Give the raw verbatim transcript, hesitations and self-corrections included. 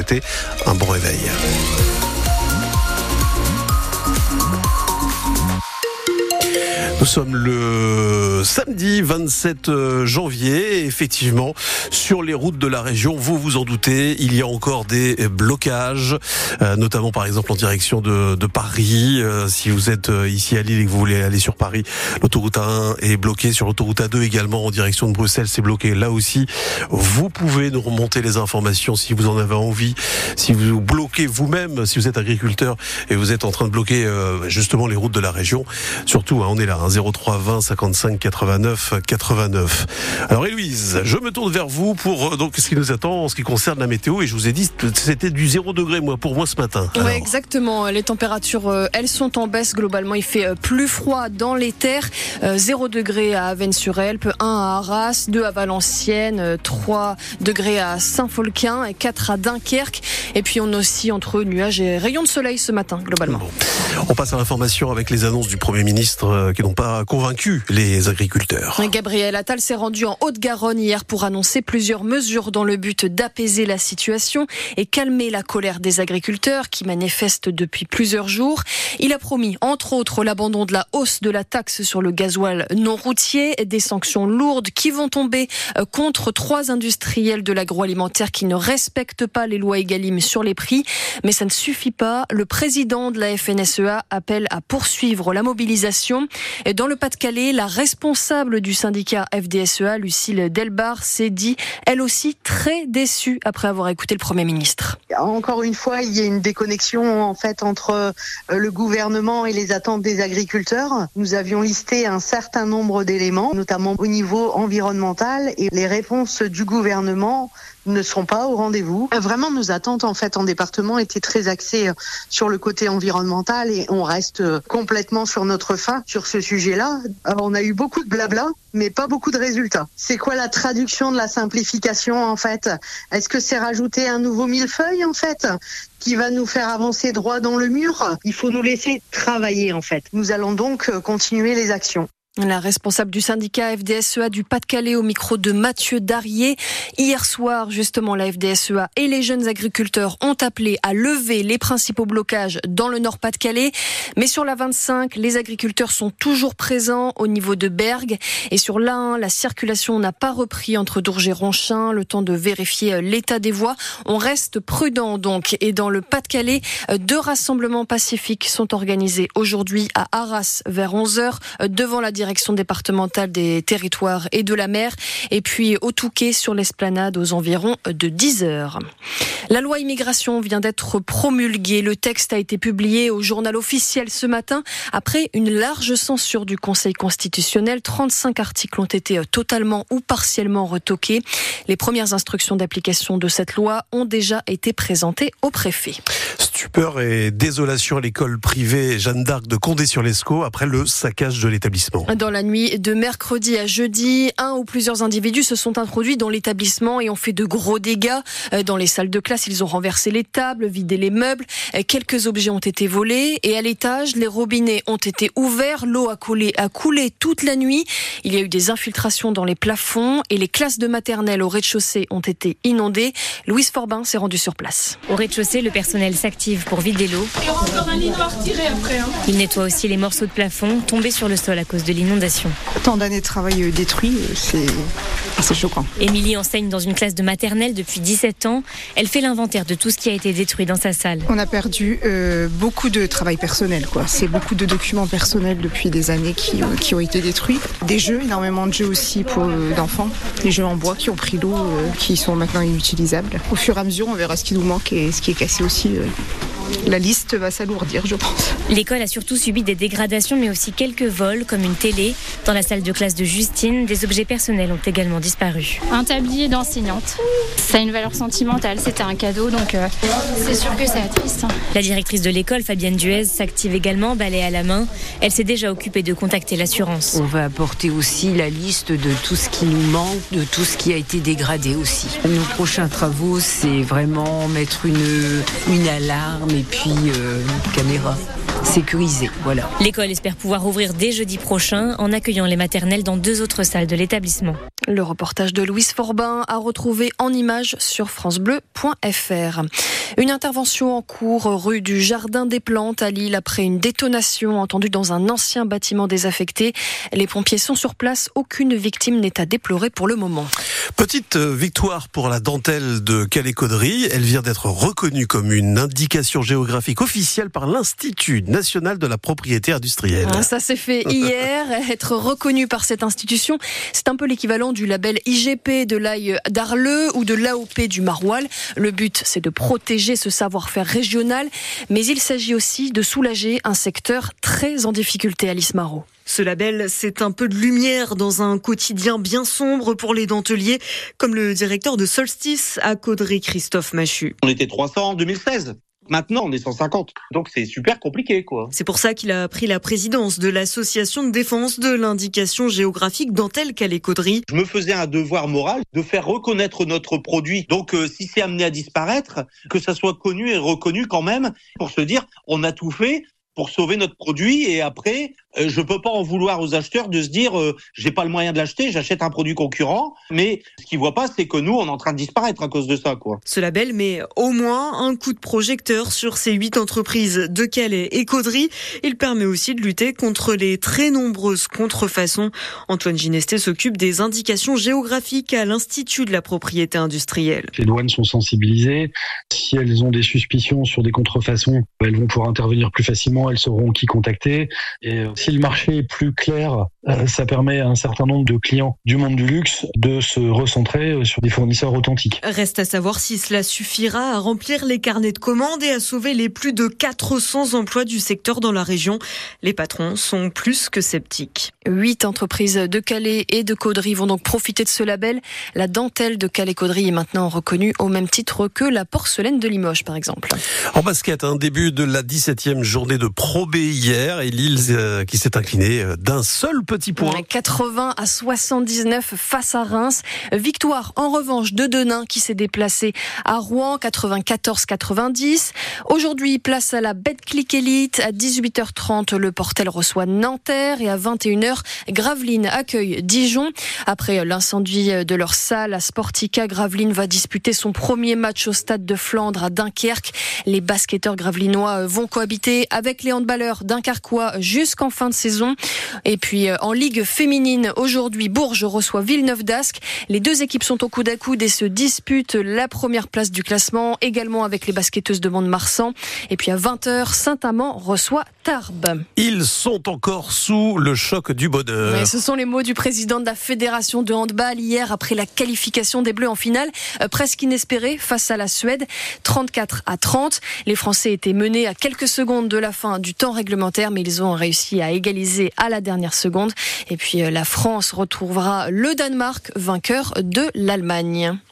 souhaiter un bon réveil. Nous sommes le samedi vingt-sept janvier et effectivement, sur les routes de la région, vous vous en doutez, il y a encore des blocages, euh, notamment par exemple en direction de, de Paris. Euh, si vous êtes ici à Lille et que vous voulez aller sur Paris, l'autoroute A un est bloquée. Sur l'autoroute A deux également, en direction de Bruxelles, c'est bloqué là aussi. Vous pouvez nous remonter les informations si vous en avez envie. Si vous bloquez vous-même, si vous êtes agriculteur et vous êtes en train de bloquer euh, justement les routes de la région, surtout, hein, on est là, hein, zéro trois vingt cinquante-cinq quatre-vingt-neuf quatre-vingt-neuf. Alors Héloïse, je me tourne vers vous pour donc ce qui nous attend en ce qui concerne la météo, et je vous ai dit c'était du zéro degré moi pour moi ce matin. Oui, exactement. Les températures elles sont en baisse globalement. Il fait plus froid dans les terres. zéro degré à Avesnes-sur-Helpe, un à Arras, deux à Valenciennes, trois degrés à Saint-Folquin et quatre à Dunkerque. Et puis on oscille entre nuages et rayons de soleil ce matin globalement. Bon. On passe à l'information avec les annonces du Premier ministre qui n'ont pas convaincu les agriculteurs. Gabriel Attal s'est rendu en Haute-Garonne hier pour annoncer plusieurs mesures dans le but d'apaiser la situation et calmer la colère des agriculteurs qui manifestent depuis plusieurs jours. Il a promis, entre autres, l'abandon de la hausse de la taxe sur le gasoil non routier, des sanctions lourdes qui vont tomber contre trois industriels de l'agroalimentaire qui ne respectent pas les lois Egalim sur les prix. Mais ça ne suffit pas. Le président de la F N S E A appelle à poursuivre la mobilisation. Et dans le Pas-de-Calais, la responsable du syndicat F D S E A, Lucille Delbar, s'est dit, elle aussi, très déçue après avoir écouté le Premier ministre. Encore une fois, il y a une déconnexion en fait entre le gouvernement et les attentes des agriculteurs. Nous avions listé un certain nombre d'éléments, notamment au niveau environnemental, et les réponses du gouvernement ne sont pas au rendez-vous. Vraiment, nos attentes en fait en département étaient très axées sur le côté environnemental et on reste complètement sur notre faim sur ce sujet-là. Alors, on a eu beaucoup de blabla, mais pas beaucoup de résultats. C'est quoi la traduction de la simplification en fait ? Est-ce que c'est rajouter un nouveau millefeuille en fait qui va nous faire avancer droit dans le mur ? Il faut nous laisser travailler en fait. Nous allons donc continuer les actions. La responsable du syndicat F D S E A du Pas-de-Calais au micro de Mathieu Darrier. Hier soir, justement, la F D S E A et les jeunes agriculteurs ont appelé à lever les principaux blocages dans le Nord Pas-de-Calais. Mais sur la vingt-cinq, les agriculteurs sont toujours présents au niveau de Bergues. Et sur l'A un, la circulation n'a pas repris entre Dourges et Ronchin, le temps de vérifier l'état des voies. On reste prudent donc. Et dans le Pas-de-Calais, deux rassemblements pacifiques sont organisés aujourd'hui à Arras vers onze heures devant la direction départementale des territoires et de la mer, et puis au Touquet sur l'esplanade aux environs de dix heures. La loi immigration vient d'être promulguée. Le texte a été publié au journal officiel ce matin après une large censure du Conseil constitutionnel. trente-cinq articles ont été totalement ou partiellement retoqués. Les premières instructions d'application de cette loi ont déjà été présentées au préfet. Stupeur et désolation à l'école privée Jeanne d'Arc de Condé-sur-Lescaut après le saccage de l'établissement. Dans la nuit de mercredi à jeudi, un ou plusieurs individus se sont introduits dans l'établissement et ont fait de gros dégâts. Dans les salles de classe, ils ont renversé les tables, vidé les meubles. Quelques objets ont été volés et à l'étage, les robinets ont été ouverts. L'eau a coulé, a coulé toute la nuit. Il y a eu des infiltrations dans les plafonds et les classes de maternelle au rez-de-chaussée ont été inondées. Louise Forbin s'est rendue sur place. Au rez-de-chaussée, le personnel s'active pour vider l'eau. Il y aura encore un lit noir tiré après. Hein. Il nettoie aussi les morceaux de plafond tombés sur le sol à cause de l'inondation. Tant d'années de travail détruit, c'est assez choquant. Émilie enseigne dans une classe de maternelle depuis dix-sept ans. Elle fait l'inventaire de tout ce qui a été détruit dans sa salle. On a perdu euh, beaucoup de travail personnel, quoi. C'est beaucoup de documents personnels depuis des années qui, euh, qui ont été détruits. Des jeux, énormément de jeux aussi pour euh, d'enfants. Les jeux en bois qui ont pris l'eau, euh, qui sont maintenant inutilisables. Au fur et à mesure, on verra ce qui nous manque et ce qui est cassé aussi. Euh. La liste va s'alourdir, je pense. L'école a surtout subi des dégradations, mais aussi quelques vols, comme une télé. Dans la salle de classe de Justine, des objets personnels ont également disparu. Un tablier d'enseignante. Ça a une valeur sentimentale, c'était un cadeau, donc euh, c'est sûr que c'est triste. La directrice de l'école, Fabienne Duez, s'active également, balai à la main. Elle s'est déjà occupée de contacter l'assurance. On va apporter aussi la liste de tout ce qui nous manque, de tout ce qui a été dégradé aussi. Nos prochains travaux, c'est vraiment mettre une, une alarme et puis euh, une caméra sécurisée, voilà. L'école espère pouvoir ouvrir dès jeudi prochain en accueillant les maternelles dans deux autres salles de l'établissement. Le reportage de Louise Forbin à retrouver en images sur francebleu point f r. Une intervention en cours rue du Jardin des Plantes à Lille après une détonation entendue dans un ancien bâtiment désaffecté. Les pompiers sont sur place, aucune victime n'est à déplorer pour le moment. Petite victoire pour la dentelle de Calais-Caudry. Elle vient d'être reconnue comme une indication géographique officielle par l'Institut national de la propriété industrielle. Ah, ça s'est fait hier. Être reconnu par cette institution, c'est un peu l'équivalent du label I G P de l'ail d'Arleux ou de l'A O P du Maroilles. Le but, c'est de protéger ce savoir-faire régional, mais il s'agit aussi de soulager un secteur très en difficulté, Alice Marot. Ce label, c'est un peu de lumière dans un quotidien bien sombre pour les denteliers, comme le directeur de Solstice à Caudry, Christophe Machu. On était trois cents en deux mille seize. Maintenant, on est cent cinquante. Donc, c'est super compliqué, quoi. C'est pour ça qu'il a pris la présidence de l'association de défense de l'indication géographique dentelle Calais-Caudry. Je me faisais un devoir moral de faire reconnaître notre produit. Donc, euh, si c'est amené à disparaître, que ça soit connu et reconnu quand même, pour se dire, on a tout fait pour sauver notre produit, et après, euh, je peux pas en vouloir aux acheteurs de se dire euh, j'ai pas le moyen de l'acheter, j'achète un produit concurrent, mais ce qu'ils voient pas, c'est que nous, on est en train de disparaître à cause de ça, quoi. Ce label met au moins un coup de projecteur sur ces huit entreprises de Calais et Caudry. Il permet aussi de lutter contre les très nombreuses contrefaçons. Antoine Ginesté s'occupe des indications géographiques à l'Institut de la propriété industrielle. Les douanes sont sensibilisées. Si elles ont des suspicions sur des contrefaçons, elles vont pouvoir intervenir plus facilement. Elles sauront qui contacter. Et si le marché est plus clair, ça permet à un certain nombre de clients du monde du luxe de se recentrer sur des fournisseurs authentiques. Reste à savoir si cela suffira à remplir les carnets de commandes et à sauver les plus de quatre cents emplois du secteur dans la région. Les patrons sont plus que sceptiques. Huit entreprises de Calais et de Caudry vont donc profiter de ce label. La dentelle de Calais-Caudry est maintenant reconnue au même titre que la porcelaine de Limoges, par exemple. En basket, un début de la dix-septième journée de Pro B hier, et Lille euh, qui s'est incliné d'un seul petit point. quatre-vingts à soixante-dix-neuf face à Reims. Victoire en revanche de Denain qui s'est déplacé à Rouen, quatre-vingt-quatorze à quatre-vingt-dix. Aujourd'hui, place à la Betclic Elite. À dix-huit heures trente, le Portel reçoit Nanterre, et à vingt et une heures, Gravelines accueille Dijon. Après l'incendie de leur salle à Sportica, Gravelines va disputer son premier match au Stade de Flandre à Dunkerque. Les basketteurs gravelinois vont cohabiter avec les handballeurs dunkerquois jusqu'en fin de saison. Et puis en Ligue féminine, aujourd'hui, Bourges reçoit Villeneuve d'Ascq. Les deux équipes sont au coude à coude et se disputent la première place du classement, également avec les basketteuses de Mont-de-Marsan. Et puis à vingt heures, Saint-Amand reçoit Tarbes. Ils sont encore sous le choc du bonheur. Ouais, ce sont les mots du président de la Fédération de handball hier après la qualification des Bleus en finale, euh, presque inespérée face à la Suède, trente-quatre à trente. Les Français étaient menés à quelques secondes de la fin du temps réglementaire, mais ils ont réussi à égaliser à la dernière seconde. Et puis euh, la France retrouvera le Danemark, vainqueur de l'Allemagne.